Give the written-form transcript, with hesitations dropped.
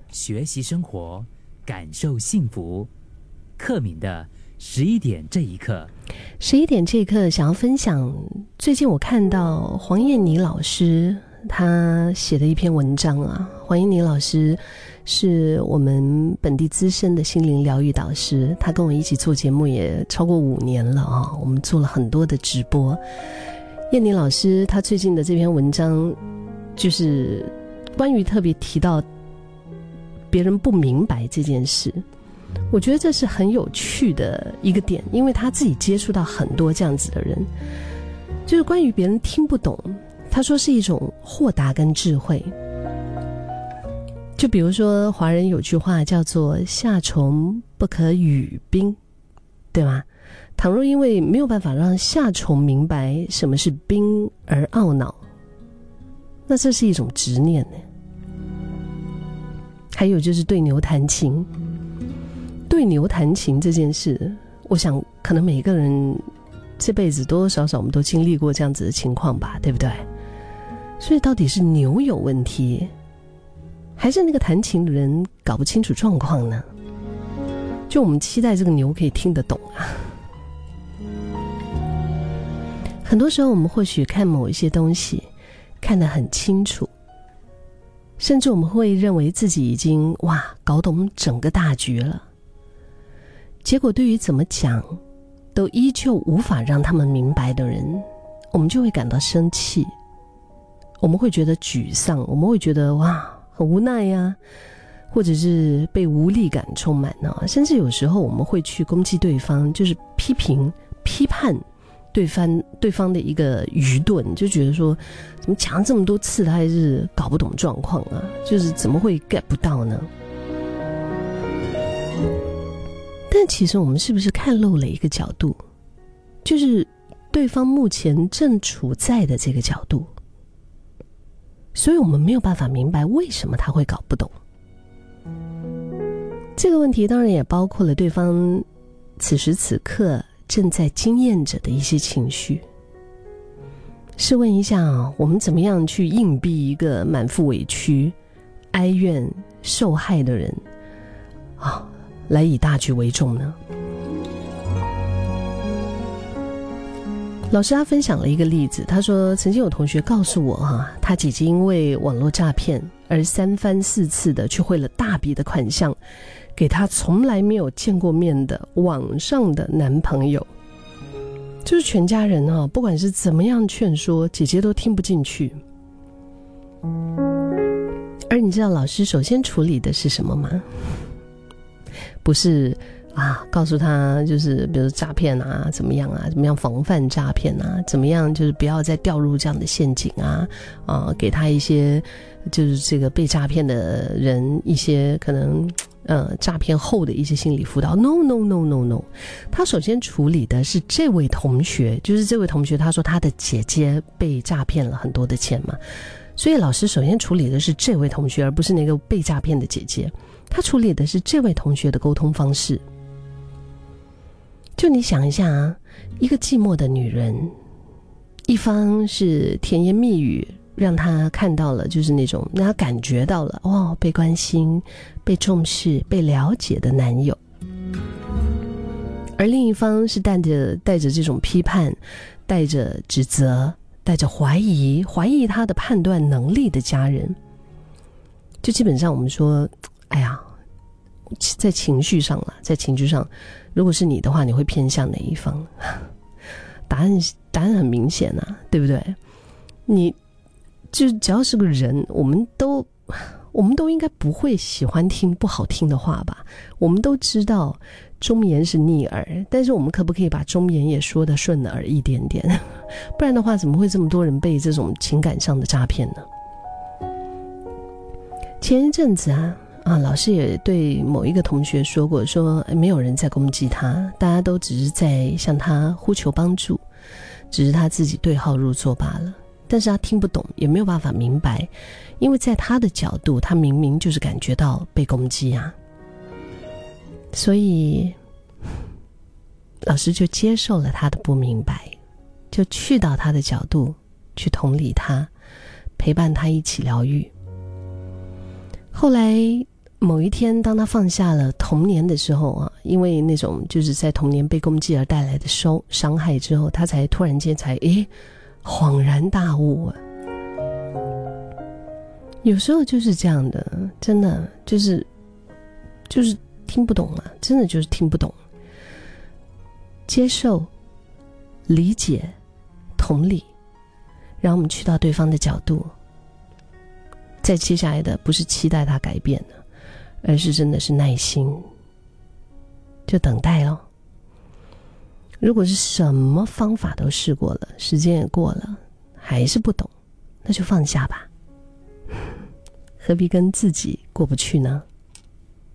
学习生活，感受幸福。克敏的11点这一刻 ，11点这一刻想要分享，最近我看到黄燕妮老师他写的一篇文章啊。黄燕妮老师是我们本地资深的心灵疗愈导师，他跟我一起做节目也超过5年了啊，我们做了很多的直播。燕妮老师他最近的这篇文章就是关于特别提到别人不明白这件事，我觉得这是很有趣的一个点，因为他自己接触到很多这样子的人，就是关于别人听不懂，他说是一种豁达跟智慧。就比如说华人有句话叫做夏虫不可语冰，对吗？倘若因为没有办法让夏虫明白什么是冰而懊恼，那这是一种执念呢。还有就是对牛弹琴，对牛弹琴这件事，我想可能每个人这辈子多多少少我们都经历过这样子的情况吧，对不对？所以到底是牛有问题，还是那个弹琴的人搞不清楚状况呢？就我们期待这个牛可以听得懂啊。很多时候我们或许看某一些东西看得很清楚，甚至我们会认为自己已经搞懂整个大局了，结果对于怎么讲都依旧无法让他们明白的人，我们就会感到生气，我们会觉得沮丧，我们会觉得很无奈呀，或者是被无力感充满啊，甚至有时候我们会去攻击对方，就是批评批判对方的一个愚钝，就觉得说怎么讲这么多次他还是搞不懂状况啊，就是怎么会 get 不到呢？但其实我们是不是看漏了一个角度，就是对方目前正处在的这个角度，所以我们没有办法明白为什么他会搞不懂。这个问题当然也包括了对方此时此刻正在经验着的一些情绪。试问一下我们怎么样去硬逼一个满腹委屈、哀怨、受害的人来以大局为重呢？老师他分享了一个例子，他说曾经有同学告诉我他姐姐因为网络诈骗而3番4次的去汇了大笔的款项给他从来没有见过面的网上的男朋友，就是全家人不管是怎么样劝说，姐姐都听不进去。而你知道老师首先处理的是什么吗？不是告诉他就是比如诈骗怎么样防范诈骗怎么样就是不要再掉入这样的陷阱给他一些就是这个被诈骗的人一些可能诈骗后的一些心理辅导。 No， 他首先处理的是这位同学，就是这位同学他说他的姐姐被诈骗了很多的钱嘛，所以老师首先处理的是这位同学，而不是那个被诈骗的姐姐。他处理的是这位同学的沟通方式。就你想一下一个寂寞的女人，一方是甜言蜜语让她看到了就是那种让她感觉到了被关心、被重视、被了解的男友，而另一方是带着这种批判、带着指责、带着怀疑她的判断能力的家人。就基本上我们说在情绪上如果是你的话，你会偏向哪一方？答案很明显对不对？你就只要是个人，我们都应该不会喜欢听不好听的话吧？我们都知道忠言是逆耳，但是我们可不可以把忠言也说得顺耳一点点？不然的话，怎么会这么多人被这种情感上的诈骗呢？前一阵子老师也对某一个同学说过，说没有人在攻击他，大家都只是在向他呼求帮助，只是他自己对号入座罢了。但是他听不懂，也没有办法明白，因为在他的角度，他明明就是感觉到被攻击所以老师就接受了他的不明白，就去到他的角度去同理他，陪伴他一起疗愈。后来某一天当他放下了童年的时候啊，因为那种就是在童年被攻击而带来的伤害之后，他才突然间恍然大悟啊。有时候就是这样的，真的就是听不懂啊，真的就是听不懂。接受、理解、同理，让我们去到对方的角度，再接下来的不是期待他改变的，而是真的是耐心，就等待咯。如果是什么方法都试过了，时间也过了，还是不懂，那就放下吧，何必跟自己过不去呢？